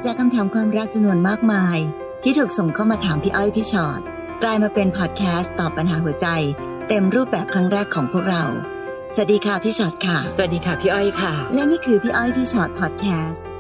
จากคำถามความรักจำนวนมากมายที่ถูกส่งเข้ามาถามพี่อ้อยพี่ชอตกลายมาเป็นพอดแคสต์ตอบปัญหาหัวใจเต็มรูปแบบครั้งแรกของพวกเราสวัสดีค่ะพี่ชอตค่ะสวัสดีค่ะพี่อ้อยค่ะและนี่คือพี่อ้อยพี่ชอตพอดแคสต์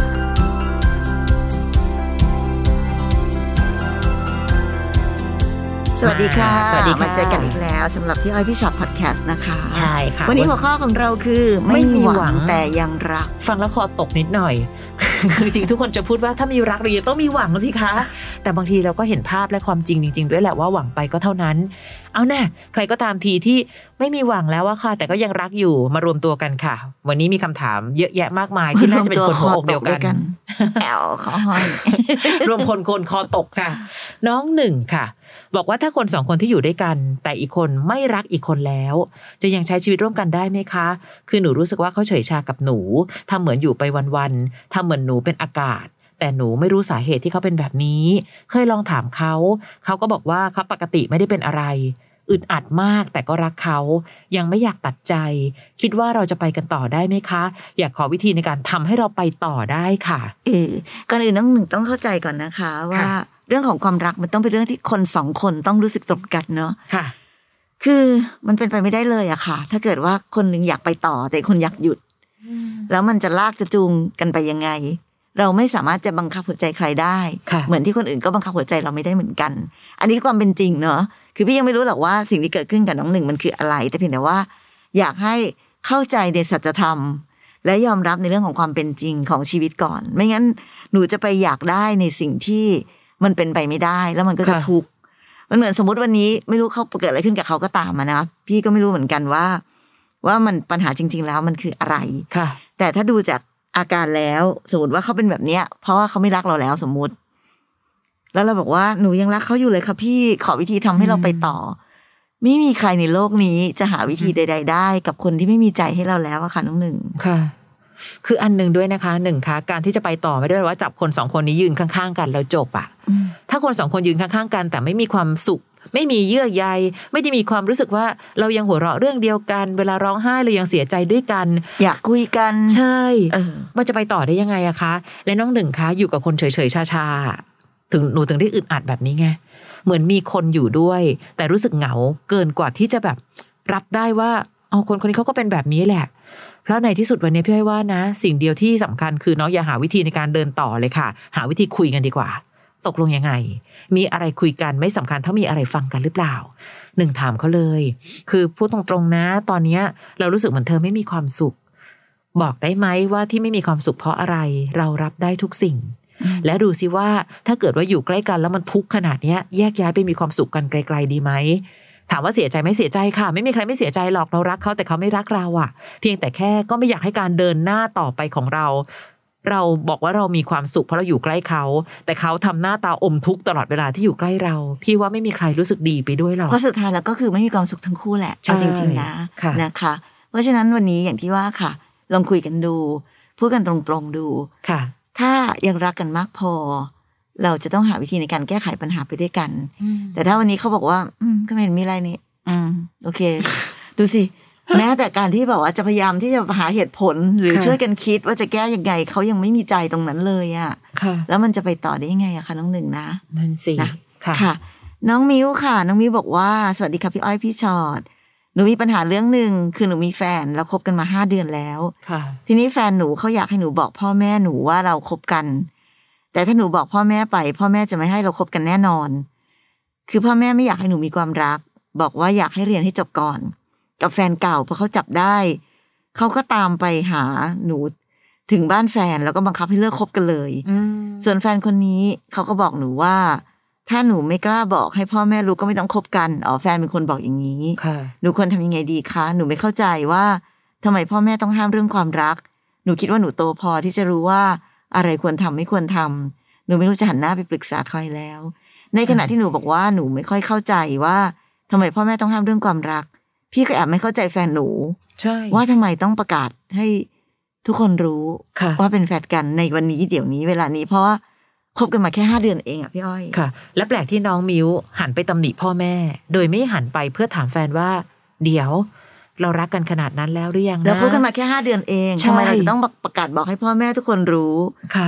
สวัสดีค่ะมาเจอกันอีกแล้วสำหรับพี่อ้อยพี่ชอตพอดแคสต์นะคะใช่ค่ะวันนี้หัวข้อของเราคือไม่มีหวังแต่ยังรักฟังแล้วคอตกนิดหน่อยจริงๆทุกคนจะพูดว่าถ้ามีรักเราจะต้องมีหวังสิคะแต่บางทีเราก็เห็นภาพและความจริงจริงๆด้วยแหละว่าหวังไปก็เท่านั้นเอาแน่ใครก็ตามทีที่ไม่มีหวังแล้วอะค่ะแต่ก็ยังรักอยู่มารวมตัวกันค่ะวันนี้มีคำถามเยอะแยะมากมายที่น่าจะเป็นคนหัวอกเดียวกันแอลคอห้อยรวมคนคอตกค่ะน้องหนึ่งค่ะบอกว่าถ้าคนสองคนที่อยู่ด้วยกันแต่อีกคนไม่รักอีกคนแล้วจะยังใช้ชีวิตร่วมกันได้ไหมคะคือหนูรู้สึกว่าเขาเฉยชากับหนูทำเหมือนอยู่ไปวันๆทำเหมือนหนูเป็นอากาศแต่หนูไม่รู้สาเหตุที่เขาเป็นแบบนี้เคยลองถามเขาก็บอกว่าเขาปกติไม่ได้เป็นอะไรอึดอัดมากแต่ก็รักเขายังไม่อยากตัดใจคิดว่าเราจะไปกันต่อได้ไหมคะอยากขอวิธีในการทำให้เราไปต่อได้ค่ะก่อนอื่นน้องหนึ่งต้องเข้าใจก่อนนะคะว่าเรื่องของความรักมันต้องเป็นเรื่องที่คนสองคนต้องรู้สึกตรงกันเนาะค่ะคือมันเป็นไปไม่ได้เลยอะค่ะถ้าเกิดว่าคนนึงอยากไปต่อแต่คนอยากหยุดแล้วมันจะลากจะจูงกันไปยังไงเราไม่สามารถจะบังคับหัวใจใครได้เหมือนที่คนอื่นก็บังคับหัวใจเราไม่ได้เหมือนกันอันนี้ความเป็นจริงเนาะคือพี่ยังไม่รู้หรอกว่าสิ่งที่เกิดขึ้นกับน้องหนึ่งมันคืออะไรแต่เพียงแต่ว่าอยากให้เข้าใจในสัจธรรมและยอมรับในเรื่องของความเป็นจริงของชีวิตก่อนไม่งั้นหนูจะไปอยากได้ในสิ่งที่มันเป็นไปไม่ได้แล้วมันก็จะทุกข์มันเหมือนสมมติวันนี้ไม่รู้เขาเกิดอะไรขึ้นกับเขาก็ตามนะพี่ก็ไม่รู้เหมือนกันว่ามันปัญหาจริงๆแล้วมันคืออะไรแต่ถ้าดูจากอาการแล้วสมมติว่าเขาเป็นแบบเนี้ยเพราะว่าเขาไม่รักเราแล้วสมมุติแล้วเราบอกว่าหนูยังรักเขาอยู่เลยค่ะพี่ขอวิธีทำให้เราไปต่อไม่มีใครในโลกนี้จะหาวิธีใดๆได้กับคนที่ไม่มีใจให้เราแล้วอะค่ะน้องหนึ่งค่ะคืออันนึงด้วยนะคะหนึ่งคะการที่จะไปต่อไม่ได้ว่าจับคนสองคนนี้ยืนข้างๆกันแล้วจบอะถ้าคนสองคนยืนข้างๆกันแต่ไม่มีความสุขไม่มีเยื่อใยไม่ได้มีความรู้สึกว่าเรายังหัวเราะเรื่องเดียวกันเวลาร้องไห้เรายังเสียใจด้วยกันอยากคุยกันใช่มันจะไปต่อได้ยังไงอะคะและน้องหนึ่งคะอยู่กับคนเฉยๆชาๆถึงหนูถึงได้อึดอัดแบบนี้ไงเหมือนมีคนอยู่ด้วยแต่รู้สึกเหงาเกินกว่าที่จะแบบรับได้ว่าคนนี้เขาก็เป็นแบบนี้แหละเพราะในที่สุดวันนี้พี่ให้ว่านะสิ่งเดียวที่สำคัญคือน้องอย่าหาวิธีในการเดินต่อเลยค่ะหาวิธีคุยกันดีกว่าตกลงยังไงมีอะไรคุยกันไม่สำคัญเท่ามีอะไรฟังกันหรือเปล่าหนึ่งถามเขาเลยคือพูดตรงๆนะตอนนี้เรารู้สึกเหมือนเธอไม่มีความสุขบอกได้ไหมว่าที่ไม่มีความสุขเพราะอะไรเรารับได้ทุกสิ่งและดูซิว่าถ้าเกิดว่าอยู่ใกล้กันแล้วมันทุกข์ขนาดนี้แยกย้ายไปมีความสุขกันไกลๆดีไหมถามว่าเสียใจไม่เสียใจค่ะไม่มีใครไม่เสียใจหรอกเรารักเขาแต่เขาไม่รักเราอ่ะเพียงแต่แค่ก็ไม่อยากให้การเดินหน้าต่อไปของเราบอกว่าเรามีความสุขเพราะเราอยู่ใกล้เขาแต่เขาทำหน้าตาอมทุกข์ตลอดเวลาที่อยู่ใกล้เราพี่ว่าไม่มีใครรู้สึกดีไปด้วยหรอกเพราะสุดท้ายแล้วก็คือไม่มีความสุขทั้งคู่แหละจริงๆนะนะคะเพราะฉะนั้นวันนี้อย่างที่ว่าค่ะลองคุยกันดูพูดกันตรงๆดูค่ะถ้ายังรักกันมากพอเราจะต้องหาวิธีในการแก้ไขปัญหาไปด้วยกันแต่ถ้าวันนี้เขาบอกว่าก็ไม่เห็นมีอะไรนี่โอเค ดูสิแม้แต่การที่แบบว่าจะพยายามที่จะหาเหตุผลหรือช่วยกันคิดว่าจะแก้ยังไงเขายังไม่มีใจตรงนั้นเลยอะแล้วมันจะไปต่อได้ยังไงอะคะน้องหนึ่งนะนั่นสิค่ะน้องมิ้วค่ะน้องมิ้วบอกว่าสวัสดีค่ะพี่อ้อยพี่ชอตหนูมีปัญหาเรื่องนึงคือหนูมีแฟนแล้วคบกันมา5 เดือนแล้วทีนี้แฟนหนูเขาอยากให้หนูบอกพ่อแม่หนูว่าเราคบกันแต่ถ้าหนูบอกพ่อแม่ไปพ่อแม่จะไม่ให้เราคบกันแน่นอนคือพ่อแม่ไม่อยากให้หนูมีความรักบอกว่าอยากให้เรียนให้จบก่อนกับแฟนเก่าพอเขาจับได้เขาก็ตามไปหาหนูถึงบ้านแฟนแล้วก็บังคับให้เลิกคบกันเลยส่วนแฟนคนนี้เขาก็บอกหนูว่าถ้าหนูไม่กล้าบอกให้พ่อแม่รู้ก็ไม่ต้องคบกันแฟนเป็นคนบอกอย่างนี้หนูควรทำยังไงดีคะหนูไม่เข้าใจว่าทำไมพ่อแม่ต้องห้ามเรื่องความรักหนูคิดว่าหนูโตพอที่จะรู้ว่าอะไรควรทำไม่ควรทำหนูไม่รู้จะหันหน้าไปปรึกษาใครแล้วในขณะที่หนูบอกว่าหนูไม่ค่อยเข้าใจว่าทำไมพ่อแม่ต้องห้ามเรื่องความรักพี่ก็แอบไม่เข้าใจแฟนหนูว่าทำไมต้องประกาศให้ทุกคนรู้ว่าเป็นแฟนกันในวันนี้เดี๋ยวนี้เวลานี้เพราะว่าคบกันมาแค่5 เดือนเองอ่ะพี่อ้อยค่ะและแปลกที่น้องมิ้วหันไปตำหนิพ่อแม่โดยไม่หันไปเพื่อถามแฟนว่าเดี๋ยวเรารักกันขนาดนั้นแล้วหรือยังนะเราคบกันมาแค่5 เดือนเองทำไมเราจะต้องประกาศบอกให้พ่อแม่ทุกคนรู้ค่ะ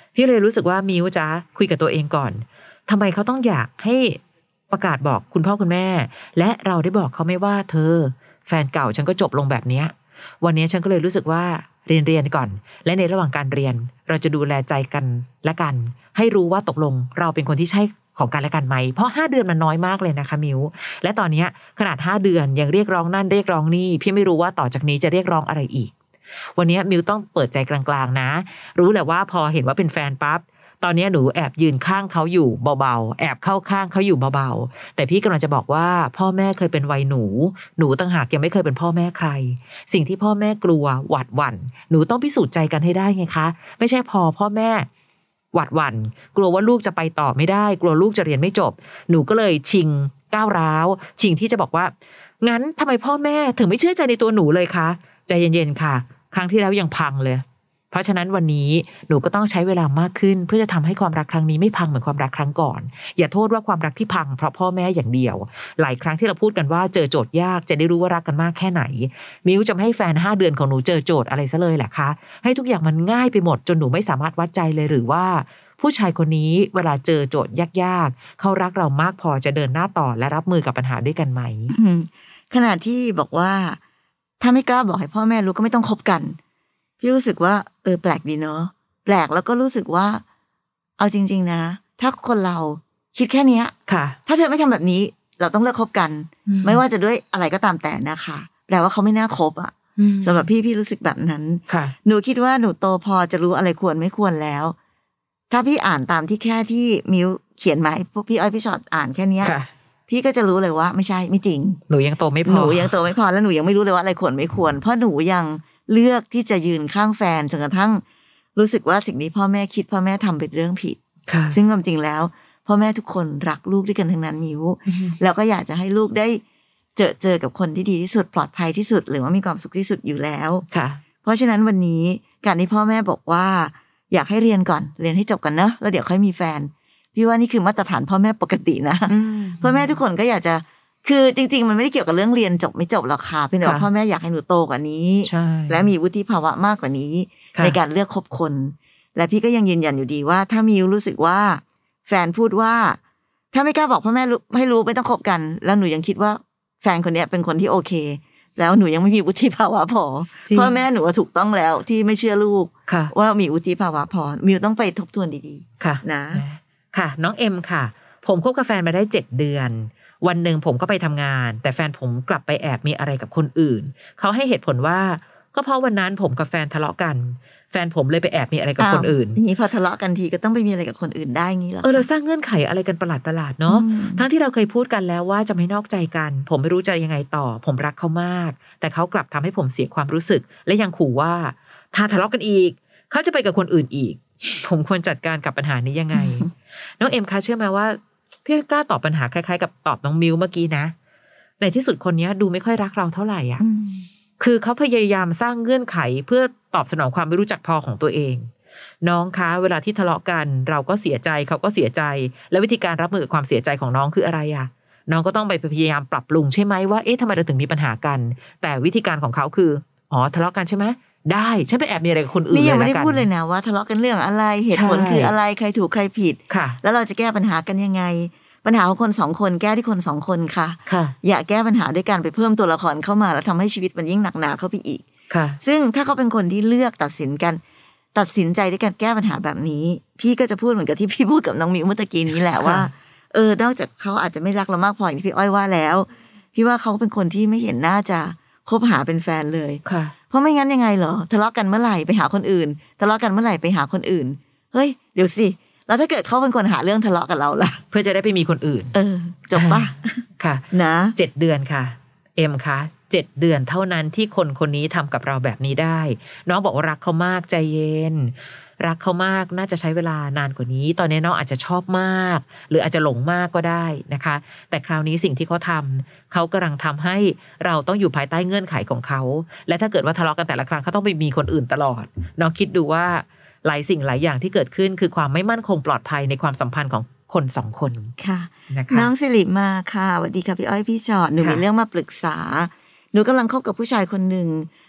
พี่เลยรู้สึกว่ามิวจ๊ะคุยกับตัวเองก่อนทำไมเขาต้องอยากให้ประกาศบอกคุณพ่อคุณแม่และเราได้บอกเขาไม่ว่าเธอแฟนเก่าฉันก็จบลงแบบเนี้ยวันนี้ฉันก็เลยรู้สึกว่าเรียนก่อนและในระหว่างการเรียนเราจะดูแลใจกันและกันให้รู้ว่าตกลงเราเป็นคนที่ใช่ของกันและกันไหมเพราะ5 เดือนมันน้อยมากเลยนะคะมิวและตอนนี้ขนาด5 เดือนยังเรียกร้องนั่นเรียกร้องนี่พี่ไม่รู้ว่าต่อจากนี้จะเรียกร้องอะไรอีกวันนี้มิวต้องเปิดใจกลางๆนะรู้แหละว่าพอเห็นว่าเป็นแฟนปั๊บตอนนี้หนูแอบยืนข้างเขาอยู่เบาๆแอบเข้าข้างเขาอยู่เบาๆแต่พี่กำลังจะบอกว่าพ่อแม่เคยเป็นวัยหนูต่างหากยังไม่เคยเป็นพ่อแม่ใครสิ่งที่พ่อแม่กลัวหวาดหวั่นหนูต้องพิสูจน์ใจกันให้ได้ไงคะไม่ใช่พอพ่อแม่หวาดหวั่นกลัวว่าลูกจะไปต่อไม่ได้กลัวลูกจะเรียนไม่จบหนูก็เลยชิงก้าวร้าวชิงที่จะบอกว่างั้นทำไมพ่อแม่ถึงไม่เชื่อใจในตัวหนูเลยคะใจเย็นๆค่ะครั้งที่แล้วยังพังเลยเพราะฉะนั้นวันนี้หนูก็ต้องใช้เวลามากขึ้นเพื่อจะทำให้ความรักครั้งนี้ไม่พังเหมือนความรักครั้งก่อนอย่าโทษว่าความรักที่พังเพราะพ่อแม่อย่างเดียวหลายครั้งที่เราพูดกันว่าเจอโจทย์ยากจะได้รู้ว่ารักกันมากแค่ไหนมิวจะไม่ให้แฟน5 เดือนของหนูเจอโจทย์อะไรซะเลยแหละคะให้ทุกอย่างมันง่ายไปหมดจนหนูไม่สามารถวัดใจเลยหรือว่าผู้ชายคนนี้เวลาเจอโจทย์ยากๆเขารักเรามากพอจะเดินหน้าต่อและรับมือกับปัญหาด้วยกันไหมขณะที่บอกว่าถ้าไม่กล้าบอกให้พ่อแม่รู้ก็ไม่ต้องคบกันพี่รู้สึกว่าแปลกดีเนาะแปลกแล้วก็รู้สึกว่าเอาจริงๆนะถ้าคนเราคิดแค่เนี้ยค่ะถ้าเธอไม่ทำแบบนี้เราต้องเลิกคบกันไม่ว่าจะด้วยอะไรก็ตามแต่นะคะแปลว่าเขาไม่น่าคบอ่ะสำหรับพี่รู้สึกแบบนั้นหนูคิดว่าหนูโตพอจะรู้อะไรควรไม่ควรแล้วถ้าพี่อ่านตามที่แค่ที่มิวเขียนมาพวกพี่อ้อยพี่ชอตอ่านแค่เนี้ยพี่ก็จะรู้เลยว่าไม่ใช่ไม่จริงหนูยังโตไม่พอหนูยังโตไม่พอแล้วหนูยังไม่รู้เลยว่าอะไรควรไม่ควรเพราะหนูยังเลือกที่จะยืนข้างแฟนจนกระทั่งรู้สึกว่าสิ่งนี้พ่อแม่คิดพ่อแม่ทำเป็นเรื่องผิดซึ่งความจริงแล้วพ่อแม่ทุกคนรักลูกด้วยกันทั้งนั้นมิวแล้วก็อยากจะให้ลูกได้เจอกับคนที่ดีที่สุดปลอดภัยที่สุดหรือว่ามีความสุขที่สุดอยู่แล้วเพราะฉะนั้นวันนี้การที่พ่อแม่บอกว่าอยากให้เรียนก่อนเรียนให้จบกันเนอะแล้วเดี๋ยวค่อยมีแฟนพี่ว่านี่คือมาตรฐานพ่อแม่ปกตินะพ่อแม่ทุกคนก็อยากจะคือจริงๆมันไม่ได้เกี่ยวกับเรื่องเรียนจบไม่จบหรอกค่ะเพียงแต่ว่าพ่อแม่อยากให้หนูโตกว่านี้และมีวุฒิภาวะมากกว่านี้ในการเลือกคบคนและพี่ก็ยังยืนยันอยู่ดีว่าถ้ามิวรู้สึกว่าแฟนพูดว่าถ้าไม่กล้าบอกพ่อแม่ให้รู้ไม่ต้องคบกันแล้วหนูยังคิดว่าแฟนคนนี้เป็นคนที่โอเคแล้วหนูยังไม่มีวุฒิภาวะพอพ่อแม่หนูถูกต้องแล้วที่ไม่เชื่อลูกว่ามีวุฒิภาวะพอมิวต้องไปทบทวนดีๆนะค่ะน้องเอ็มค่ะผมคบกับแฟนมาได้7 เดือนวันหนึ่งผมก็ไปทำงานแต่แฟนผมกลับไปแอบมีอะไรกับคนอื่นเขาให้เหตุผลว่าก็เพราะวันนั้นผมกับแฟนทะเลาะกันแฟนผมเลยไปแอบมีอะไรกับคนอื่นอย่างนี้พอทะเลาะกันทีก็ต้องไปมีอะไรกับคนอื่นได้งี้หรอเราสร้างเงื่อนไขอะไรกันประหลาดเนาะทั้งที่เราเคยพูดกันแล้วว่าจะไม่นอกใจกันผมไม่รู้จะยังไงต่อผมรักเขามากแต่เขากลับทำให้ผมเสียความรู้สึกและยังขู่ว่าถ้าทะเลาะกันอีกเขาจะไปกับคนอื่นอีกผมควรจัดการกับปัญหานี้ยังไง น้องเอ็มคะเชื่อไหมว่าพี่กล้าตอบปัญหาคล้ายๆกับตอบน้องมิวเมื่อกี้นะในที่สุดคนนี้ดูไม่ค่อยรักเราเท่าไหร่อ่ะคือเขาพยายามสร้างเงื่อนไขเพื่อตอบสนองความไม่รู้จักพอของตัวเองน้องคะเวลาที่ทะเลาะกันเราก็เสียใจเขาก็เสียใจแล้ววิธีการรับมือกับความเสียใจของน้องคืออะไรอ่ะน้องก็ต้องไปพยายามปรับปรุงใช่ไหมว่าทำไมเราถึงมีปัญหากันแต่วิธีการของเขาคือทะเลาะกันใช่ไหมได้ฉันไปแอบมีอะไรกับคนอื่นเลยนี่ยังไม่ได้พูดเลยนะว่าทะเลาะกันเรื่องอะไรเหตุผลคืออะไรใครถูกใครผิดแล้วเราจะแก้ปัญหากันยังไงปัญหาของคน2 คนแก้ที่คน2 คนค่ะอย่าแก้ปัญหาด้วยการไปเพิ่มตัวละครเข้ามาแล้วทำให้ชีวิตมันยิ่งหนักหนาเข้าไปอีกซึ่งถ้าเขาเป็นคนที่เลือกตัดสินใจด้วยการแก้ปัญหาแบบนี้พี่ก็จะพูดเหมือนกับที่พี่พูดกับน้องมิวเมื่อกี้นี้แหละว่านอกจากเขาอาจจะไม่รักเรามากพออย่างที่พี่อ้อยว่าแล้วพี่ว่าเขาเป็นคนที่ไม่เห็นน่าจะคบหาเป็นแฟนเลยเพราะไม่งั้นยังไงเหรอทะเลาะกันเมื่อไหร่ไปหาคนอื่นทะเลาะกันเมื่อไหร่ไปหาคนอื่นเฮ้ยเดี๋ยวสิแล้วถ้าเกิดเขาเป็นคนหาเรื่องทะเลาะกับเราล่ะเพื่อจะได้ไปมีคนอื่นจบป่ะค่ะนะ 7 เดือนค่ะเอ็มคะ7 เดือนเท่านั้นที่คนนี้ทำกับเราแบบนี้ได้น้องบอกว่ารักเขามากใจเย็นรักเขามากน่าจะใช้เวลานานกว่านี้ตอนนี้น้องอาจจะชอบมากหรืออาจจะหลงมากก็ได้นะคะแต่คราวนี้สิ่งที่เขาทำเขากำลังทำให้เราต้องอยู่ภายใต้เงื่อนไขของเขาและถ้าเกิดว่าทะเลาะกันแต่ละครั้งเขาต้องไปมีคนอื่นตลอดน้องคิดดูว่าหลายสิ่งหลายอย่างที่เกิดขึ้นคือความไม่มั่นคงปลอดภัยในความสัมพันธ์ของคน2 คนค่ะน้องสิริมาค่ะสวัสดีค่ะพี่อ้อยพี่จอดหนูมีเรื่องมาปรึกษาหนูกำลังคบกับผู้ชายคนหนึ่ง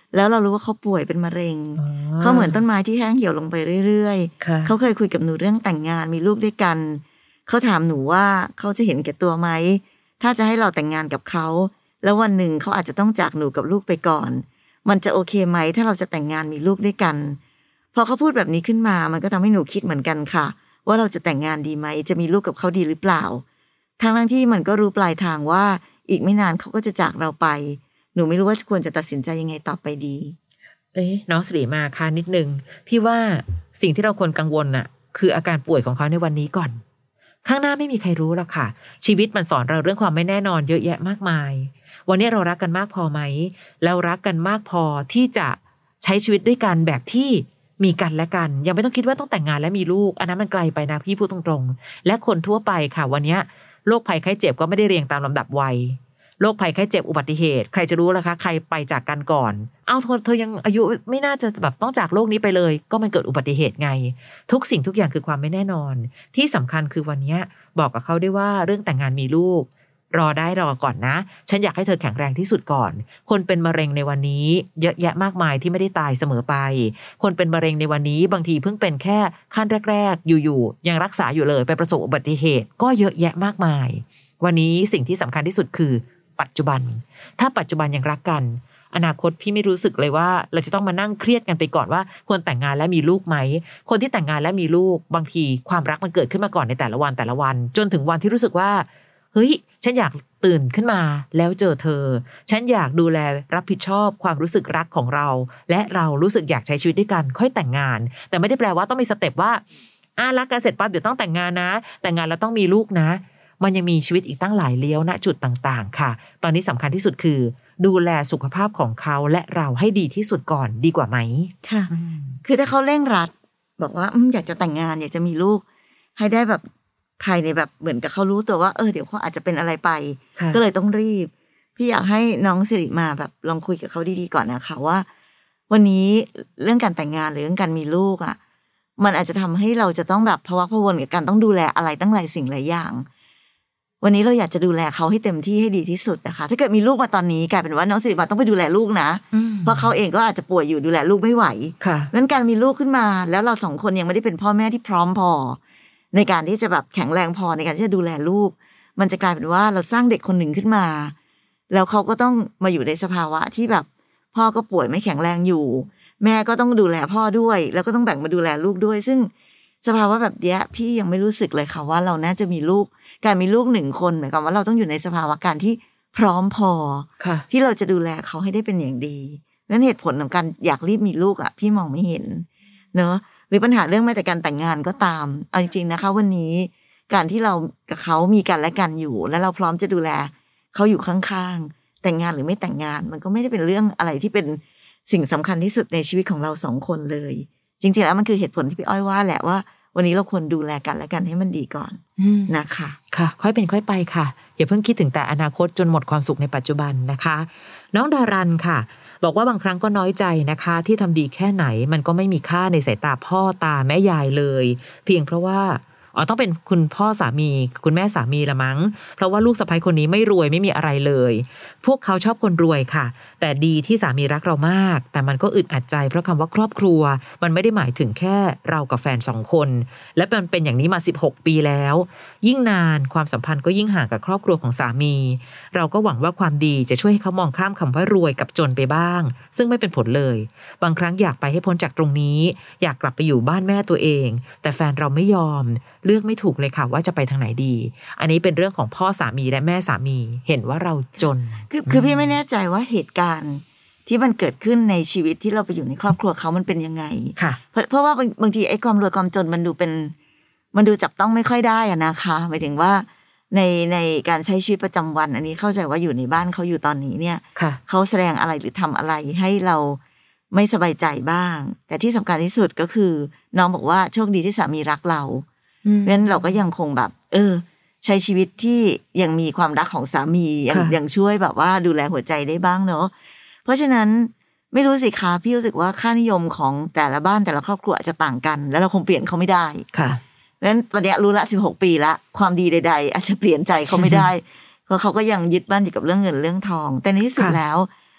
แล้วเรารู้ว่าเขาป่วยเป็นมะเร็งเขาเหมือนต้นไม้ที่แห้งเหี่ยวลงไปเรื่อยๆเขาเคยคุยกับหนูเรื่องแต่งงานมีลูกด้วยกันเขาถามหนูว่าเขาจะเห็นแก่ตัวไหมถ้าจะให้เราแต่งงานกับเขาแล้ววันหนึ่งเขาอาจจะต้องจากหนูกับลูกไปก่อนมันจะโอเคไหมถ้าเราจะแต่งงานมีลูกด้วยกันพอเขาพูดแบบนี้ขึ้นมามันก็ทำให้หนูคิดเหมือนกันค่ะว่าเราจะแต่งงานดีไหมจะมีลูกกับเขาดีหรือเปล่าทั้งที่มันก็รู้ปลายทางว่าอีกไม่นานเขาก็จะจากเราไปหนูไม่รู้ว่าควรจะตัดสินใจยังไงต่อไปดีน้องสิริมาค่ะนิดนึงพี่ว่าสิ่งที่เราควรกังวลน่ะคืออาการป่วยของเขาในวันนี้ก่อนข้างหน้าไม่มีใครรู้หรอกค่ะชีวิตมันสอนเราเรื่องความไม่แน่นอนเยอะแยะมากมายวันนี้เรารักกันมากพอไหมเรารักกันมากพอที่จะใช้ชีวิตด้วยกันแบบที่มีกันและกันยังไม่ต้องคิดว่าต้องแต่งงานและมีลูกอันนั้นมันไกลไปนะพี่พูดตรงๆและคนทั่วไปค่ะวันนี้โรคภัยไข้เจ็บก็ไม่ได้เรียงตามลำดับวัยโรคภัยไข้เจ็บอุบัติเหตุใครจะรู้ล่ะคะใครไปจากกันก่อนเธอยังอายุไม่น่าจะแบบต้องจากโลกนี้ไปเลยก็มันเกิดอุบัติเหตุไงทุกสิ่งทุกอย่างคือความไม่แน่นอนที่สำคัญคือวันนี้บอกกับเขาได้ว่าเรื่องแต่งงานมีลูกรอได้รอก่อนนะฉันอยากให้เธอแข็งแรงที่สุดก่อนคนเป็นมะเร็งในวันนี้เยอะแยะมากมายที่ไม่ได้ตายเสมอไปคนเป็นมะเร็งในวันนี้บางทีเพิ่งเป็นแค่ขั้นแรกๆอยู่ๆยังรักษาอยู่เลยไปประสบอุบัติเหตุก็เยอะแยะมากมายวันนี้สิ่งที่สำคัญที่สุดคือปัจจุบันถ้าปัจจุบันยังรักกันอนาคตพี่ไม่รู้สึกเลยว่าเราจะต้องมานั่งเครียดกันไปก่อนว่าควรแต่งงานและมีลูกไหมคนที่แต่งงานและมีลูกบางทีความรักมันเกิดขึ้นมาก่อนในแต่ละวันจนถึงวันที่รู้สึกว่าเฮ้ยฉันอยากตื่นขึ้นมาแล้วเจอเธอฉันอยากดูแลรับผิดชอบความรู้สึกรักของเราและเรารู้สึกอยากใช้ชีวิตด้วยกันค่อยแต่งงานแต่ไม่ได้แปลว่าต้องมีสเต็ปว่ารักกันเสร็จปั๊บเดี๋ยวต้องแต่งงานนะแต่งงานแล้วต้องมีลูกนะมันยังมีชีวิตอีกตั้งหลายเลี้ยวณจุดต่างๆค่ะตอนนี้สำคัญที่สุดคือดูแลสุขภาพของเขาและเราให้ดีที่สุดก่อนดีกว่าไหมค่ะคือถ้าเขาเร่งรัดบอกว่าอยากจะแต่งงานอยากจะมีลูกให้ได้แบบภายในแบบเหมือนกับเขารู้ตัวว่าเดี๋ยวเขาอาจจะเป็นอะไรไปก็เลยต้องรีบพี่อยากให้น้องสิริมาแบบลองคุยกับเขาดีๆก่อนนะคะว่าวันนี้เรื่องการแต่งงานหรือเรื่องการมีลูกอ่ะมันอาจจะทำให้เราจะต้องแบบพะวักพะวนกับการต้องดูแลอะไรตั้งหลายสิ่งหลายอย่างวันนี้เราอยากจะดูแลเขาให้เต็มที่ให้ดีที่สุดนะคะถ้าเกิดมีลูกมาตอนนี้กลายเป็นว่าน้องสิริมาต้องไปดูแลลูกนะเพราะเขาเองก็อาจจะป่วยอยู่ดูแลลูกไม่ไหวงั้นการมีลูกขึ้นมาแล้วเราสองคนยังไม่ได้เป็นพ่อแม่ที่พร้อมพอในการที่จะแบบแข็งแรงพอในการที่จะดูแลลูกมันจะกลายเป็นว่าเราสร้างเด็กคนหนึ่งขึ้นมาแล้วเขาก็ต้องมาอยู่ในสภาวะที่แบบพ่อก็ป่วยไม่แข็งแรงอยู่แม่ก็ต้องดูแลพ่อด้วยแล้วก็ต้องแบ่งมาดูแลลูกด้วยซึ่งสภาวะแบบนี้พี่ยังไม่รู้สึกเลยค่ะว่าเราน่าจะมีลูกการมีลูก1คนหมายความว่าเราต้องอยู่ในสภาวะการที่พร้อมพอที่เราจะดูแลเขาให้ได้เป็นอย่างดีนั้นเหตุผลของการอยากรีบมีลูกพี่มองไม่เห็นเนอะหรือปัญหาเรื่องแม้แต่การแต่งงานก็ตามเอาจริงๆนะคะวันนี้การที่เรากับเขามีกันและกันอยู่และเราพร้อมจะดูแลเขาอยู่ข้างๆแต่งงานหรือไม่แต่งงานมันก็ไม่ได้เป็นเรื่องอะไรที่เป็นสิ่งสำคัญที่สุดในชีวิตของเรา2คนเลยจริงๆแล้วมันคือเหตุผลที่พี่อ้อยว่าแหละว่าวันนี้เราควรดูแลกันและกันให้มันดีก่อนนะคะค่ะค่อยเป็นค่อยไปค่ะอย่าเพิ่งคิดถึงแต่อนาคตจนหมดความสุขในปัจจุบันนะคะน้องดารันค่ะบอกว่าบางครั้งก็น้อยใจนะคะที่ทำดีแค่ไหนมันก็ไม่มีค่าในสายตาพ่อตาแม่ยายเลยเพียงเพราะว่าต้องเป็นคุณพ่อสามีคุณแม่สามีละมั้งเพราะว่าลูกสะใภ้คนนี้ไม่รวยไม่มีอะไรเลยพวกเขาชอบคนรวยค่ะแต่ดีที่สามีรักเรามากแต่มันก็อึดอัดใจเพราะคำว่าครอบครัวมันไม่ได้หมายถึงแค่เรากับแฟน2คนและมันเป็นอย่างนี้มา16ปีแล้วยิ่งนานความสัมพันธ์ก็ยิ่งห่างกับครอบครัวของสามีเราก็หวังว่าความดีจะช่วยให้เขามองข้ามคำว่ารวยกับจนไปบ้างซึ่งไม่เป็นผลเลยบางครั้งอยากไปให้พ้นจากตรงนี้อยากกลับไปอยู่บ้านแม่ตัวเองแต่แฟนเราไม่ยอมเลือกไม่ถูกเลยค่ะว่าจะไปทางไหนดีอันนี้เป็นเรื่องของพ่อสามีและแม่สามีเห็นว่าเราจนคือพี่ไม่แน่ใจว่าเหตุการณ์ที่มันเกิดขึ้นในชีวิตที่เราไปอยู่ในครอบครัวเขามันเป็นยังไงค่ะเพราะว่าบางทีไอ้ความรวยความจนมันดูจับต้องไม่ค่อยได้อะนะคะหมายถึงว่าในการใช้ชีวิตประจำวันอันนี้เข้าใจว่าอยู่ในบ้านเขาอยู่ตอนนี้เนี่ยเขาแสดงอะไรหรือทำอะไรให้เราไม่สบายใจบ้างแต่ที่สำคัญที่สุดก็คือน้องบอกว่าโชคดีที่สามีรักเราเพราะฉะนั้นเราก็ยังคงแบบใช้ชีวิตที่ยังมีความรักของสามียังช่วยแบบว่าดูแลหัวใจได้บ้างเนาะเพราะฉะนั้นไม่รู้สิคะพี่รู้สึกว่าค่านิยมของแต่ละบ้านแต่ละครอบครัวอาจจะต่างกันแล้วเราคงเปลี่ยนเขาไม่ได้ค่ะเพราะฉะนั้นตอนนี้รู้ละ16ปีละความดีใดๆอาจจะเปลี่ยนใจเขาไม่ได้ เพราะเขาก็ยังยึดมั่นอยู่กับเรื่องเงินเรื่องทองแต่ในที่สุดแล้ว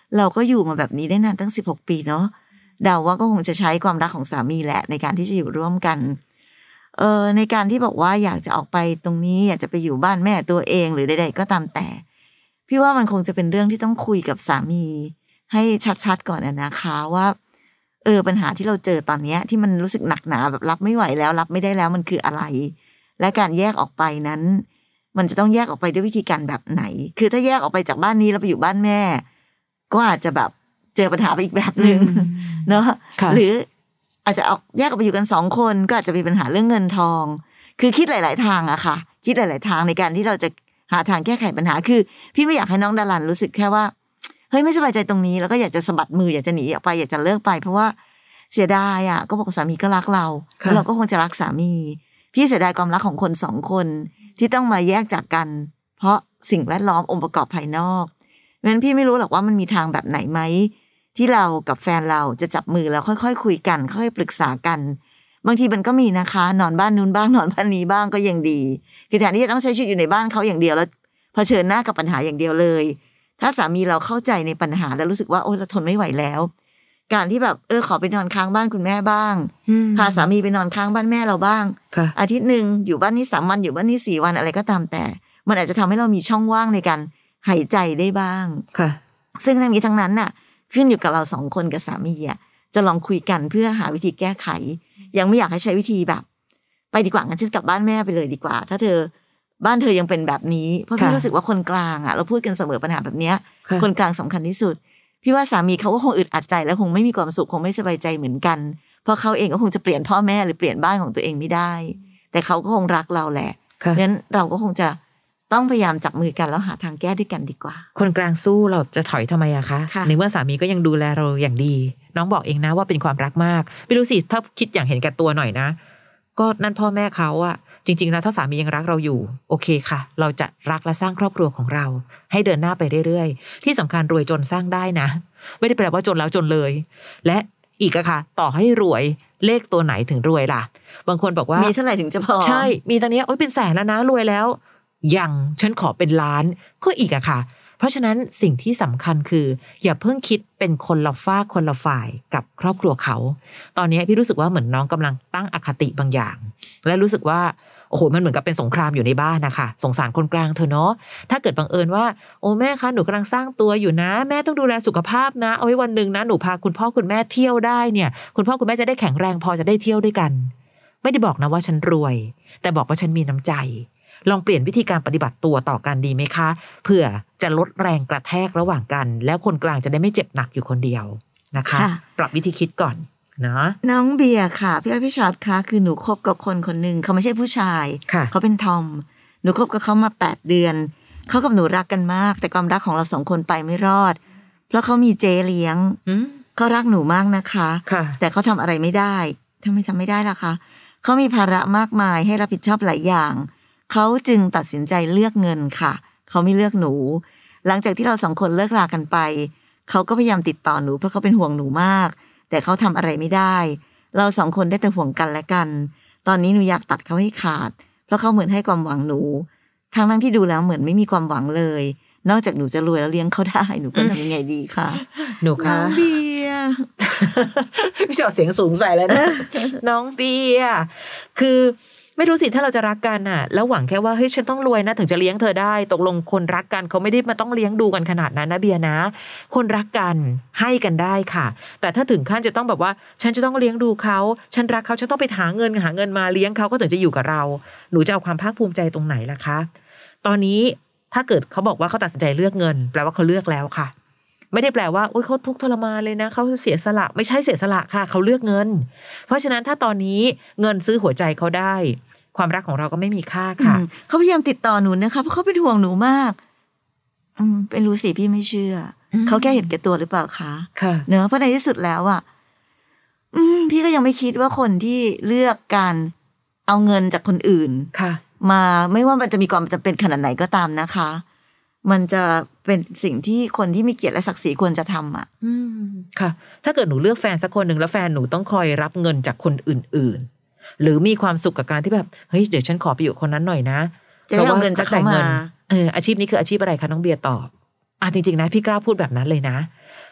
เราก็อยู่มาแบบนี้ได้นานตั้ง16 ปีเนาะเดาว่าก็คงจะใช้ความรักของสามีแหละในการที่จะอยู่ร่วมกันในการที่บอกว่าอยากจะออกไปตรงนี้อยากจะไปอยู่บ้านแม่ตัวเองหรือใดๆก็ตามแต่พี่ว่ามันคงจะเป็นเรื่องที่ต้องคุยกับสามีให้ชัดๆก่อนนะคะว่าปัญหาที่เราเจอตอนนี้ที่มันรู้สึกหนักหนาแบบรับไม่ไหวแล้วรับไม่ได้แล้วมันคืออะไรและการแยกออกไปนั้นมันจะต้องแยกออกไปด้วยวิธีการแบบไหนคือถ้าแยกออกไปจากบ้านนี้แล้วไปอยู่บ้านแม่ก็อาจจะแบบเจอปัญหาไปอีกแบบนึงเนาะหรืออาจจะแยกออกไปอยู่กัน2 คนก็อาจจะมีปัญหาเรื่องเงินทองคือคิดหลายๆทางอะค่ะคิดหลายๆทางในการที่เราจะหาทางแก้ไขปัญหาคือพี่ไม่อยากให้น้องดารันรู้สึกแค่ว่าเฮ้ยไม่สบายใจตรงนี้แล้วก็อยากจะสะบัดมืออยากจะหนีออกไปอยากจะเลิกไปเพราะว่าเสียดายอะก็บอกสามีก็รักเราแล้วเราก็คงจะรักสามีพี่เสียดายความรักของคน2 คนที่ต้องมาแยกจากกันเพราะสิ่งแวดล้อมองค์ประกอบภายนอกเพราะฉะนั้นพี่ไม่รู้หรอกว่ามันมีทางแบบไหนไหมที่เรากับแฟนเราจะจับมือแล้วค่อยๆคุยกันค่อยๆปรึกษากันบางทีมันก็มีนะคะนอนบ้านนู้นบ้างนอนบ้านนี้บ้างก็ยังดีคือแทนที่จะต้องใช้ชีวิตอยู่ในบ้านเขาอย่างเดียวแล้วเผชิญหน้ากับปัญหาอย่างเดียวเลยถ้าสามีเราเข้าใจในปัญหาแล้วรู้สึกว่าโอ๊ยเราทนไม่ไหวแล้วการที่แบบขอไปนอนค้างบ้านคุณแม่บ้างพาสามีไปนอนค้างบ้านแม่เราบ้างอาทิตย์นึงอยู่บ้านนี้3 วันอยู่บ้านนี้4 วันอะไรก็ตามแต่มันอาจจะทำให้เรามีช่องว่างในการหายใจได้บ้างซึ่งทั้งนี้ทั้งนั้นน่ะขึ้นอยู่กับเรา2 คนกับสามีอ่ะจะลองคุยกันเพื่อหาวิธีแก้ไขยังไม่อยากให้ใช้วิธีแบบไปดีกว่างั้นฉันกลับบ้านแม่ไปเลยดีกว่าถ้าเธอบ้านเธอยังเป็นแบบนี้เพราะพี่รู้สึกว่าคนกลางอ่ะเราพูดกันเสมอปัญหาแบบเนี้ยคนกลางสำคัญที่สุดพี่ว่าสามีเขาก็คงอึดอัดใจและคงไม่มีความสุขคงไม่สบายใจเหมือนกันเพราะเขาเองก็คงจะเปลี่ยนพ่อแม่หรือเปลี่ยนบ้านของตัวเองไม่ได้แต่เขาก็คงรักเราแหละเพราะฉะนั้นเราก็คงจะต้องพยายามจับมือกันแล้วหาทางแก้ด้วยกันดีกว่าคนกลางสู้เราจะถอยทำไมอะคะในเมื่อสามีก็ยังดูแลเราอย่างดีน้องบอกเองนะว่าเป็นความรักมากไม่รู้สิถ้าคิดอย่างเห็นแก่ตัวหน่อยนะก็นั่นพ่อแม่เขาอะจริงๆแล้วถ้าสามียังรักเราอยู่โอเคค่ะเราจะรักและสร้างครอบครัวของเราให้เดินหน้าไปเรื่อยๆที่สำคัญรวยจนสร้างได้นะไม่ได้แปลว่าจนแล้วจนเลยและอีกอะค่ะต่อให้รวยเลขตัวไหนถึงรวยล่ะบางคนบอกว่ามีเท่าไหร่ถึงจะพอใช่มีตอนนี้โอ๊ยเป็นแสนแล้วนะรวยแล้วยังฉันขอเป็นล้านก็อีกอะค่ะเพราะฉะนั้นสิ่งที่สำคัญคืออย่าเพิ่งคิดเป็นคนละฝ้าคนละฝ่ายกับครอบครัวเขาตอนนี้พี่รู้สึกว่าเหมือนน้องกำลังตั้งอคติบางอย่างและรู้สึกว่าโอ้โหมันเหมือนกับเป็นสงครามอยู่ในบ้านนะคะสงสารคนกลางเธอเนาะถ้าเกิดบังเอิญว่าโอ้แม่คะหนูกำลังสร้างตัวอยู่นะแม่ต้องดูแลสุขภาพนะเอาไว้วันหนึ่งนะหนูพาคุณพ่อคุณแม่เที่ยวได้เนี่ยคุณพ่อคุณแม่จะได้แข็งแรงพอจะได้เที่ยวด้วยกันไม่ได้บอกนะว่าฉันรวยแต่บอกว่าฉันมีน้ำใจลองเปลี่ยนวิธีการปฏิบัติตัวต่อกันดีไหมคะเพื่อจะลดแรงกระแทกระหว่างกันแล้วคนกลางจะได้ไม่เจ็บหนักอยู่คนเดียวนะคะปรับวิธีคิดก่อนนะน้องเบียร์ค่ะพี่อ้อยพี่ชอตค่ะคือหนูคบกับคนหนึ่งเขาไม่ใช่ผู้ชายเขาเป็นทอมหนูคบกับเขามา8 เดือนเขากับหนูรักกันมากแต่ความรักของเรา2 คนไปไม่รอดเพราะเขามีเจเลี้ยงเขารักหนูมากนะคะแต่เขาทำอะไรไม่ได้ทำไมทำไม่ได้ล่ะคะเขามีภาระมากมายให้รับผิดชอบหลายอย่างเขาจึงตัดสินใจเลือกเงินค่ะเขาไม่เลือกหนูหลังจากที่เรา2 คนเลิกลากันไปเขาก็พยายามติดต่อหนูเพราะเขาเป็นห่วงหนูมากแต่เขาทำอะไรไม่ได้เรา2 คนได้แต่ห่วงกันและกันตอนนี้หนูอยากตัดเขาให้ขาดเพราะเขาเหมือนให้ความหวังหนูทั้งที่ดูแล้วเหมือนไม่มีความหวังเลยนอกจากหนูจะรวยแล้วเลี้ยงเขาได้หนูก็ทำยังไงดีคะหนูคะน้องเบียร์พี่ชอบเสียงสูงใส่เลยนะน้องเบียร์คือไม่รู้สิถ้าเราจะรักกันน่ะแล้วหวังแค่ว่าเฮ้ยฉันต้องรวยนะถึงจะเลี้ยงเธอได้ตกลงคนรักกันเขาไม่ได้มาต้องเลี้ยงดูกันขนาดนั้นนะเบียร์นะคนรักกันให้กันได้ค่ะแต่ถ้าถึงขั้นจะต้องแบบว่าฉันจะต้องเลี้ยงดูเขาฉันรักเขาฉันต้องไปหาเงินมาเลี้ยงเขาก็ถึงจะอยู่กับเราหนูจะเอาความภาคภูมิใจตรงไหนล่ะคะตอนนี้ถ้าเกิดเขาบอกว่าเขาตัดสินใจเลือกเงินแปลว่าเขาเลือกแล้วค่ะไม่ได้แปลว่าโอ๊ยเขาทุกข์ทรมานเลยนะเขาเสียสละไม่ใช่เสียสละค่ะเขาเลือกเงินเพราะฉะนั้นถ้าตอนนี้เงินซื้อหัวใจเขาได้ความรักของเราก็ไม่มีค่าค่ะเขาพยายามติดต่อหนูนะคะเพราะเขาเป็นห่วงหนูมากเป็นรู้สิพี่ไม่เชื่อเขาแค่เห็นแก่ตัวหรือเปล่าคะเนอะเพราะในที่สุดแล้วอ่ะพี่ก็ยังไม่คิดว่าคนที่เลือกการเอาเงินจากคนอื่นมาไม่ว่ามันจะมีความจำเป็นขนาดไหนก็ตามนะคะมันจะเป็นสิ่งที่คนที่มีเกียรติและศักดิ์ศรีควรจะทำอ่ะค่ะถ้าเกิดหนูเลือกแฟนสักคนหนึ่งแล้วแฟนหนูต้องคอยรับเงินจากคนอื่นหรือมีความสุขกับการที่แบบเฮ้ยเดี๋ยวฉันขอไปอยู่คนนั้นหน่อยนะเพราะว่าเงินจะเข้ามาอาชีพนี้คืออาชีพอะไรคะน้องเบียร์ตอบจริงๆนะพี่กล้าพูดแบบนั้นเลยนะ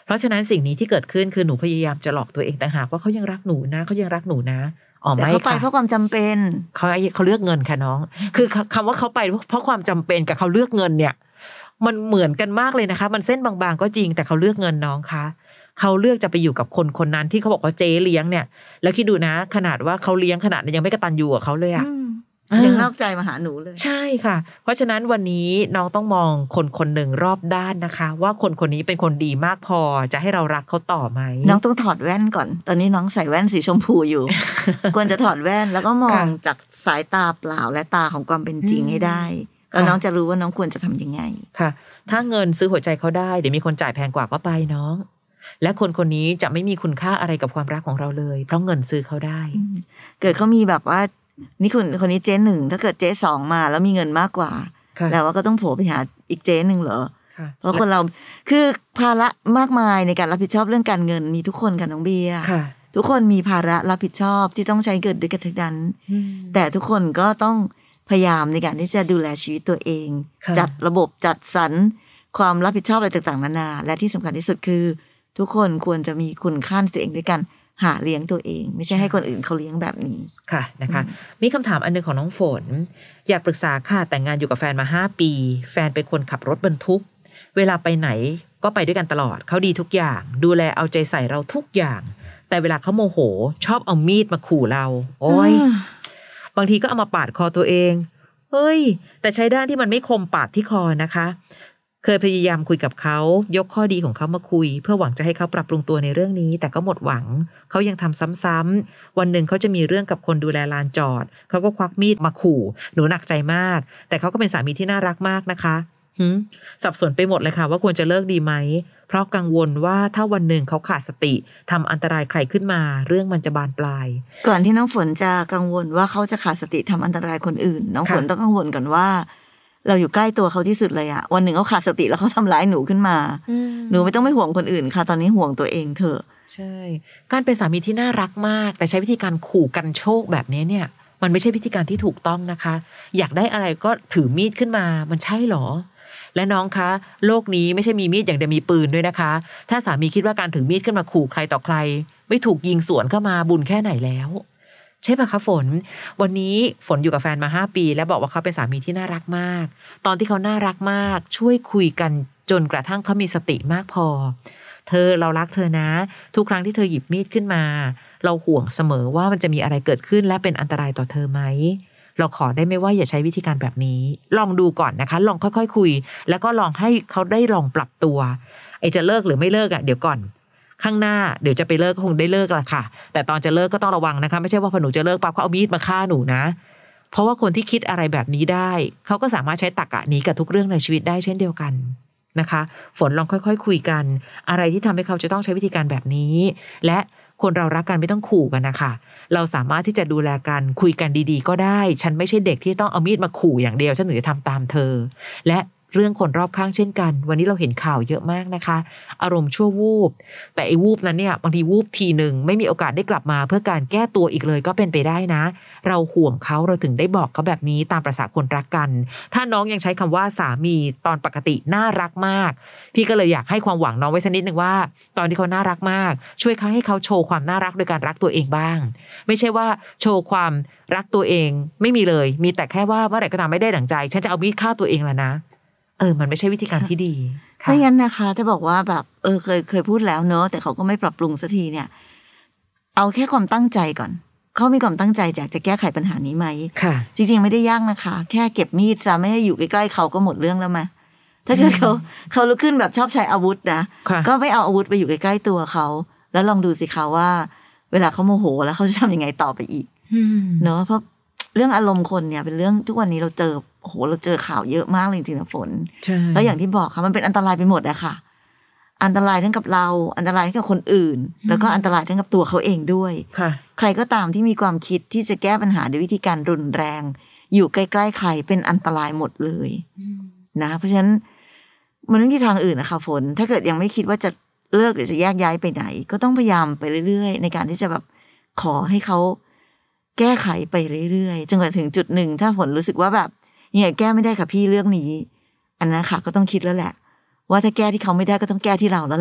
เพราะฉะนั้นสิ่งนี้ที่เกิดขึ้นคือหนูพยายามจะหลอกตัวเองแต่หากว่าเขายังรักหนูนะเขายังรักหนูนะอ๋อไม่ค่ะเขาไปเพราะความจำเป็นเขาเลือกเงินค่ะน้องคือคำว่าเขาไปเพราะความจำเป็นกับเขาเลือกเงินเนี่ยมันเหมือนกันมากเลยนะคะมันเส้นบางๆก็จริงแต่เขาเลือกเงินน้องคะเขาเลือกจะไปอยู่กับคนคนนั้นที่เขาบอกว่าเจ๊เลี้ยงเนี่ยแล้วคิดดูนะขนาดว่าเขาเลี้ยงขนาดยังไม่กตัญญูกับเขาเลยอะยังนอกใจมาหาหนูเลยใช่ค่ะเพราะฉะนั้นวันนี้น้องต้องมองคนคนหนึ่งรอบด้านนะคะว่าคนคนนี้เป็นคนดีมากพอจะให้เรารักเขาต่อไหมน้องต้องถอดแว่นก่อนตอนนี้น้องใส่แว่นสีชมพูอยู่ ควรจะถอดแว่นแล้วก็มองจากสายตาเปล่าและตาของความเป็นจริงให้ได้แล้วน้องจะรู้ว่าน้องควรจะทำยังไงค่ะถ้าเงินซื้อหัวใจเขาได้เดี๋ยวมีคนจ่ายแพงกว่าก็ไปน้องและคนคนนี้จะไม่มีคุณค่าอะไรกับความรักของเราเลยเพราะเงินซื้อเขาได้เกิดเขามีแบบว่านี่คนนี้เจ๊หนึ่งถ้าเกิดเจ๊สองมาแล้วมีเงินมากกว่าแล้วว่าก็ต้องโผล่ไปหาอีกเจ๊หนึ่งเหรอเพราะคนเราคือภาระมากมายในการรับผิดชอบเรื่องการเงินมีทุกคนค่ะน้องเบียร์ทุกคนมีภาระรับผิดชอบที่ต้องใช้เงินด้วยกันทั้งนั้นแต่ทุกคนก็ต้องพยายามในการที่จะดูแลชีวิตตัวเองจัดระบบจัดสรรความรับผิดชอบอะไรต่างๆนานาและที่สำคัญที่สุดคือทุกคนควรจะมีคุณค่าตัวเองด้วยกันหาเลี้ยงตัวเองไม่ใช่ให้คนอื่นเขาเลี้ยงแบบนี้ค่ะนะคะมีคำถามอันนึงของน้องฝนอยากปรึกษาค่ะแต่งงานอยู่กับแฟนมา5 ปีแฟนเป็นคนขับรถบรรทุกเวลาไปไหนก็ไปด้วยกันตลอดเขาดีทุกอย่างดูแลเอาใจใส่เราทุกอย่างแต่เวลาเขาโมโหชอบเอามีดมาขู่เราโอ้ยบางทีก็เอามาปาดคอตัวเองเฮ้ยแต่ใช้ด้านที่มันไม่คมปาดที่คอนะคะเคยพยายามคุยกับเขายกข้อดีของเขามาคุยเพื่อหวังจะให้เขาปรับปรุงตัวในเรื่องนี้แต่ก็หมดหวังเขายังทำซ้ำๆวันหนึ่งเขาจะมีเรื่องกับคนดูแลลานจอดเขาก็ควักมีดมาขู่หนูหนักใจมากแต่เขาก็เป็นสามีที่น่ารักมากนะคะสับสนไปหมดเลยค่ะว่าควรจะเลิกดีไหมเพราะกังวลว่าถ้าวันหนึ่งเขาขาดสติทำอันตรายใครขึ้นมาเรื่องมันจะบานปลายก่อนที่น้องฝนจะกังวลว่าเขาจะขาดสติทำอันตรายคนอื่นน้องฝนต้องกังวลก่อนว่าเราอยู่ใกล้ตัวเขาที่สุดเลยอะวันหนึ่งเขาขาดสติแล้วเขาทำร้ายหนูขึ้นมาหนูไม่ต้องไม่ห่วงคนอื่นค่ะตอนนี้ห่วงตัวเองเถอะใช่การเป็นสามีที่น่ารักมากแต่ใช้วิธีการขู่กันโชคแบบนี้เนี่ยมันไม่ใช่วิธีการที่ถูกต้องนะคะอยากได้อะไรก็ถือมีดขึ้นมามันใช่หรอและน้องคะโลกนี้ไม่ใช่มีมีดอย่างเดียวมีปืนด้วยนะคะถ้าสามีคิดว่าการถือมีดขึ้นมาขู่ใครต่อใครไม่ถูกยิงสวนเข้ามาบุญแค่ไหนแล้วใช่ป่ะคะฝนวันนี้ฝนอยู่กับแฟนมา5 ปีและบอกว่าเขาเป็นสามีที่น่ารักมากตอนที่เขาน่ารักมากช่วยคุยกันจนกระทั่งเขามีสติมากพอเธอเรารักเธอนะทุกครั้งที่เธอหยิบมีดขึ้นมาเราห่วงเสมอว่ามันจะมีอะไรเกิดขึ้นและเป็นอันตรายต่อเธอไหมเราขอได้ไหมว่าอย่าใช้วิธีการแบบนี้ลองดูก่อนนะคะลองค่อยๆคุยแล้วก็ลองให้เขาได้ลองปรับตัวไอ้จะเลิกหรือไม่เลิกอ่ะเดี๋ยวก่อนข้างหน้าเดี๋ยวจะไปเลิกก็คงได้เลิกละค่ะแต่ตอนจะเลิกก็ต้องระวังนะคะไม่ใช่ว่าพอหนูจะเลิกปั๊บเขาเอามีดมาฆ่าหนูนะเพราะว่าคนที่คิดอะไรแบบนี้ได้เขาก็สามารถใช้ตรรกะนี้กับทุกเรื่องในชีวิตได้เช่นเดียวกันนะคะฝนลองค่อยๆคุยกันอะไรที่ทำให้เขาจะต้องใช้วิธีการแบบนี้และคนเรารักกันไม่ต้องขู่กันนะคะเราสามารถที่จะดูแลกันคุยกันดีๆก็ได้ฉันไม่ใช่เด็กที่ต้องเอามีดมาขู่อย่างเดียวฉันถึงจะทำตามเธอและเรื่องคนรอบข้างเช่นกันวันนี้เราเห็นข่าวเยอะมากนะคะอารมณ์ชั่ววูบแต่ไอ้วูบนั้นเนี่ยบางทีวูบทีหนึ่งไม่มีโอกาสได้กลับมาเพื่อการแก้ตัวอีกเลยก็เป็นไปได้นะเราห่วงเขาเราถึงได้บอกเขาแบบนี้ตามประสาคนรักกันถ้าน้องยังใช้คำว่าสามีตอนปกติน่ารักมากพี่ก็เลยอยากให้ความหวังน้องไว้สักนิดนึงว่าตอนที่เขาน่ารักมากช่วยให้เขาโชว์ความน่ารักโดยการรักตัวเองบ้างไม่ใช่ว่าโชว์ความรักตัวเองไม่มีเลยมีแต่แค่ว่าเมื่อไหร่ก็ตามไม่ได้ดั่งใจฉันจะเอามีดฆ่าตัวเองแล้วนะมันไม่ใช่วิธีการที่ดีไม่งั้นนะคะถ้าบอกว่าแบบเคยพูดแล้วเนอะแต่เขาก็ไม่ปรับปรุงสักทีเนี่ยเอาแค่ความตั้งใจก่อนเขามีความตั้งใจอยากจะแก้ไขปัญหานี้ไหมค่ะจริงๆไม่ได้ยากนะคะแค่เก็บมีดซะไม่ให้อยู่ใกล้ๆเขาก็หมดเรื่องแล้วมั้ยถ้าเกิดเขาลุกขึ้นแบบชอบใช้อาวุธนะก็ไม่เอาอาวุธไปอยู่ใกล้ๆตัวเขาแล้วลองดูสิคะว่าเวลาเขาโมโหแล้วเขาจะทำยังไงต่อไปอีกเนอะเพราะเรื่องอารมณ์คนเนี่ยเป็นเรื่องทุกวันนี้เราเจอข่าวเยอะมากเลยจริงๆนะฝนแล้วอย่างที่บอกค่ะมันเป็นอันตรายไปหมดอะค่ะอันตรายทั้งกับเราอันตรายทั้งกับคนอื่นแล้วก็อันตรายทั้งกับตัวเขาเองด้วยใครก็ตามที่มีความคิดที่จะแก้ปัญหาด้วยวิธีการรุนแรงอยู่ใกล้ๆใครเป็นอันตรายหมดเลยนะเพราะฉะนั้นมันไม่มีทางอื่นนะคะฝนถ้าเกิดยังไม่คิดว่าจะเลิกหรือจะแยกย้ายไปไหนก็ต้องพยายามไปเรื่อยๆในการที่จะแบบขอให้เขาแก้ไขไปเรื่อยๆจนกว่าถึงจุดหนึ่งถ้าฝนรู้สึกว่าแบบเนี่ยแก้ไม่ได้ค่ะพี่เรื่องนี้อันนั้นค่ะก็ต้องคิดแล้วแหละว่าถ้าแก้ที่เขาไม่ได้ก็ต้องแก้ที่เราแล้วล่ะ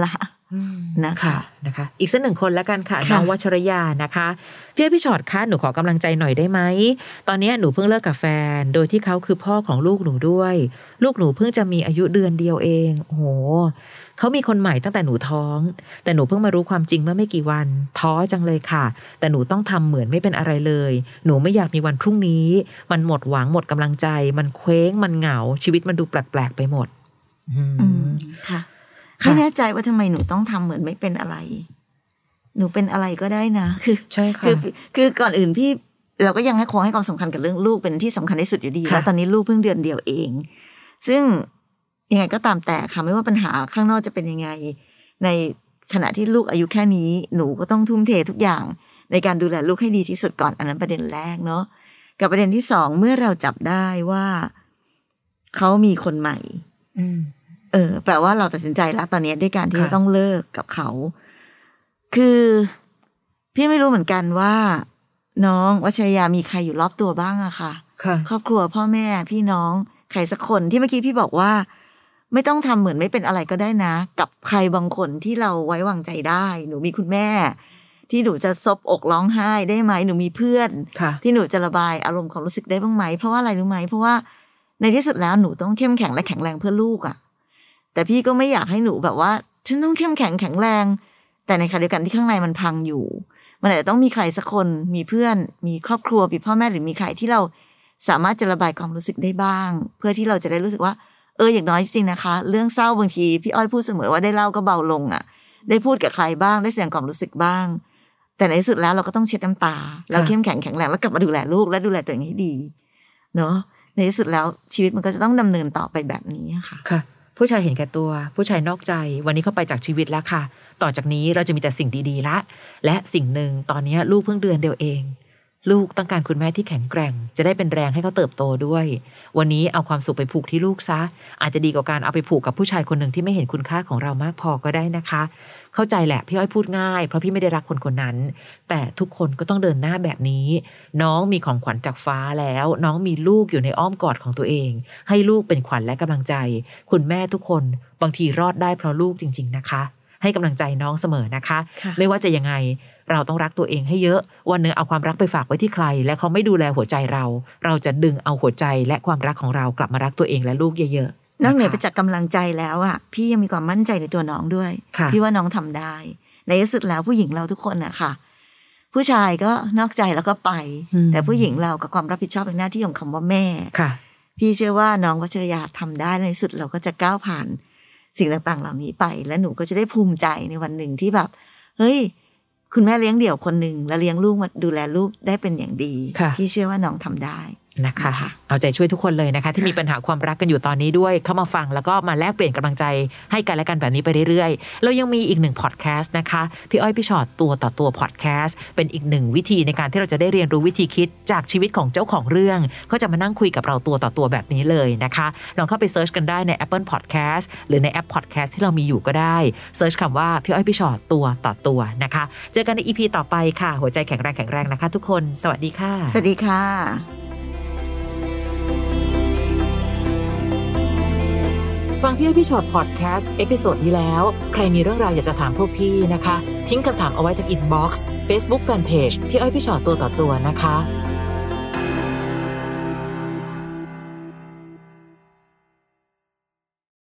นะคะอีกสักหนึ่งคนแล้วกันค่ะน้องวัชรยานะคะพี่ชอตคะหนูขอกำลังใจหน่อยได้ไหมตอนนี้หนูเพิ่งเลิกกับแฟนโดยที่เขาคือพ่อของลูกหนูด้วยลูกหนูเพิ่งจะมีอายุเดือนเดียวเองโอ้โหเขามีคนใหม่ตั้งแต่หนูท้องแต่หนูเพิ่งมารู้ความจริงเมื่อไม่กี่วันท้อจังเลยค่ะแต่หนูต้องทำเหมือนไม่เป็นอะไรเลยหนูไม่อยากมีวันพรุ่งนี้มันหมดหวังหมดกำลังใจมันเคว้งมันเหงาชีวิตมันดูแปลกๆไปหมดค่ะไม่แน่ใจว่าทำไมหนูต้องทำเหมือนไม่เป็นอะไรหนูเป็นอะไรก็ได้นะใช่ค่ะคือก่อนอื่นพี่เราก็ยังให้ความสำคัญกับเรื่องลูกเป็นที่สำคัญที่สุดอยู่ดีแล้วตอนนี้ลูกเพิ่งเดือนเดียวเองซึ่งยังไงก็ตามแต่ค่ะไม่ว่าปัญหาข้างนอกจะเป็นยังไงในขณะที่ลูกอายุแค่นี้หนูก็ต้องทุ่มเททุกอย่างในการดูแลลูกให้ดีที่สุดก่อนอันนั้นประเด็นแรกเนาะกับประเด็นที่สองเมื่อเราจับได้ว่าเขามีคนใหม่แปลว่าเราตัดสินใจแล้วตอนนี้ด้วยการที่ต้องเลิกกับเขาคือพี่ไม่รู้เหมือนกันว่าน้องวัชรยามีใครอยู่รอบตัวบ้างอะค่ะครอบครัวพ่อแม่พี่น้องใครสักคนที่เมื่อกี้พี่บอกว่าไม่ต้องทำเหมือนไม่เป็นอะไรก็ได้นะกับใครบางคนที่เราไว้วางใจได้หนูมีคุณแม่ที่หนูจะซบอกร้องไห้ได้ไหมหนูมีเพื่อนที่หนูจะระบายอารมณ์ความรู้สึกได้บ้างไหมเพราะว่าอะไรรู้ไหมเพราะว่าในที่สุดแล้วหนูต้องเข้มแข็งและแข็งแรงเพื่อลูกอะแต่พี่ก็ไม่อยากให้หนูแบบว่าฉันต้องเข้มแข็งแข็งแรงแต่ในขณะเดียวกันที่ข้างในมันพังอยู่มันอาจจะต้องมีใครสักคนมีเพื่อนมีครอบครัวมีพ่อแม่หรือมีใครที่เราสามารถจะระบายความรู้สึกได้บ้างเพื่อที่เราจะได้รู้สึกว่าอย่างน้อยจริงๆนะคะเรื่องเศร้าบางทีพี่อ้อยพูดเสมอว่าได้เล่าก็เบาลงอ่ะได้พูดกับใครบ้างได้แสดงความรู้สึกบ้างแต่ในที่สุดแล้วเราก็ต้องเช็ดน้ำตาเราเข้มแข็งแข็งแรงแล้วกลับมาดูแลลูกและดูแลตัวเองให้ดีเนาะในที่สุดแล้วชีวิตมันก็จะต้องดำเนินต่อไปแบบนี้ค่ะผู้ชายเห็นแก่ตัวผู้ชายนอกใจวันนี้เขาไปจากชีวิตแล้วค่ะต่อจากนี้เราจะมีแต่สิ่งดีๆละและสิ่งหนึ่งตอนนี้ลูกเพิ่งเดือนเดียวเองลูกต้องการคุณแม่ที่แข็งแกร่งจะได้เป็นแรงให้เขาเติบโตด้วยวันนี้เอาความสุขไปผูกที่ลูกซะอาจจะดีกว่าการเอาไปผูกกับผู้ชายคนหนึ่งที่ไม่เห็นคุณค่าของเรามากพอก็ได้นะคะเข้าใจแหละพี่อ้อยพูดง่ายเพราะพี่ไม่ได้รักคนคนนั้นแต่ทุกคนก็ต้องเดินหน้าแบบนี้น้องมีของขวัญจากฟ้าแล้วน้องมีลูกอยู่ในอ้อมกอดของตัวเองให้ลูกเป็นขวัญและกำลังใจคุณแม่ทุกคนบางทีรอดได้เพราะลูกจริงๆนะคะให้กำลังใจน้องเสมอนะคะไม่ว่าจะยังไงเราต้องรักตัวเองให้เยอะวันหนึ่งเอาความรักไปฝากไว้ที่ใครและเขาไม่ดูแลหัวใจเราจะดึงเอาหัวใจและความรักของเรากลับมารักตัวเองและลูกเยอะๆนอกเหนือไปจากกำลังใจแล้วอ่ะพี่ยังมีความมั่นใจในตัวน้องด้วยพี่ว่าน้องทำได้ในที่สุดแล้วผู้หญิงเราทุกคนนะคะผู้ชายก็นอกใจแล้วก็ไปแต่ผู้หญิงเรากับความรับผิดชอบเป็นหน้าที่ของคำว่าแม่พี่เชื่อว่าน้องวัชรยาทำได้ในที่สุดเราก็จะก้าวผ่านสิ่งต่างๆเหล่านี้ไปและหนูก็จะได้ภูมิใจในวันหนึ่งที่แบบเฮ้ยคุณแม่เลี้ยงเดี่ยวคนหนึ่งและเลี้ยงลูกมาดูแลลูกได้เป็นอย่างดีพี่เชื่อว่าน้องทำได้นะคะเอาใจช่วยทุกคนเลยนะคะที่มีปัญหาความรักกันอยู่ตอนนี้ด้วยเข้ามาฟังแล้วก็มาแลกเปลี่ยนกำลังใจให้กันและกันแบบนี้ไปเรื่อยๆเรายังมีอีกหนึ่งพอดแคสต์นะคะพี่อ้อยพี่ชอตตัวต่อตัวพอดแคสต์เป็นอีกหนึ่งวิธีในการที่เราจะได้เรียนรู้วิธีคิดจากชีวิตของเจ้าของเรื่องเขาจะมานั่งคุยกับเราตัวต่อตัวแบบนี้เลยนะคะลองเข้าไปเซิร์ชกันได้ใน Apple Podcast หรือในแอป Podcast ที่เรามีอยู่ก็ได้เซิร์ชคำว่าพี่อ้อยพี่ชอตตัวต่อตัวนะคะเจอกันใน EP ต่อไปค่ะหัวใจแข็งแรงนะคะทุกคนสวัสดีค่ะสวัสดีค่ะฟังพี่อ้อยพี่ชอตพอดแคสต์เอพิโซดที่แล้วใครมีเรื่องราวอยากจะถามพวกพี่นะคะทิ้งคำถามเอาไว้ที่อินบ็อกซ์ Facebook Fanpage พี่อ้อยพี่ชอตตัวต่อตัวนะคะ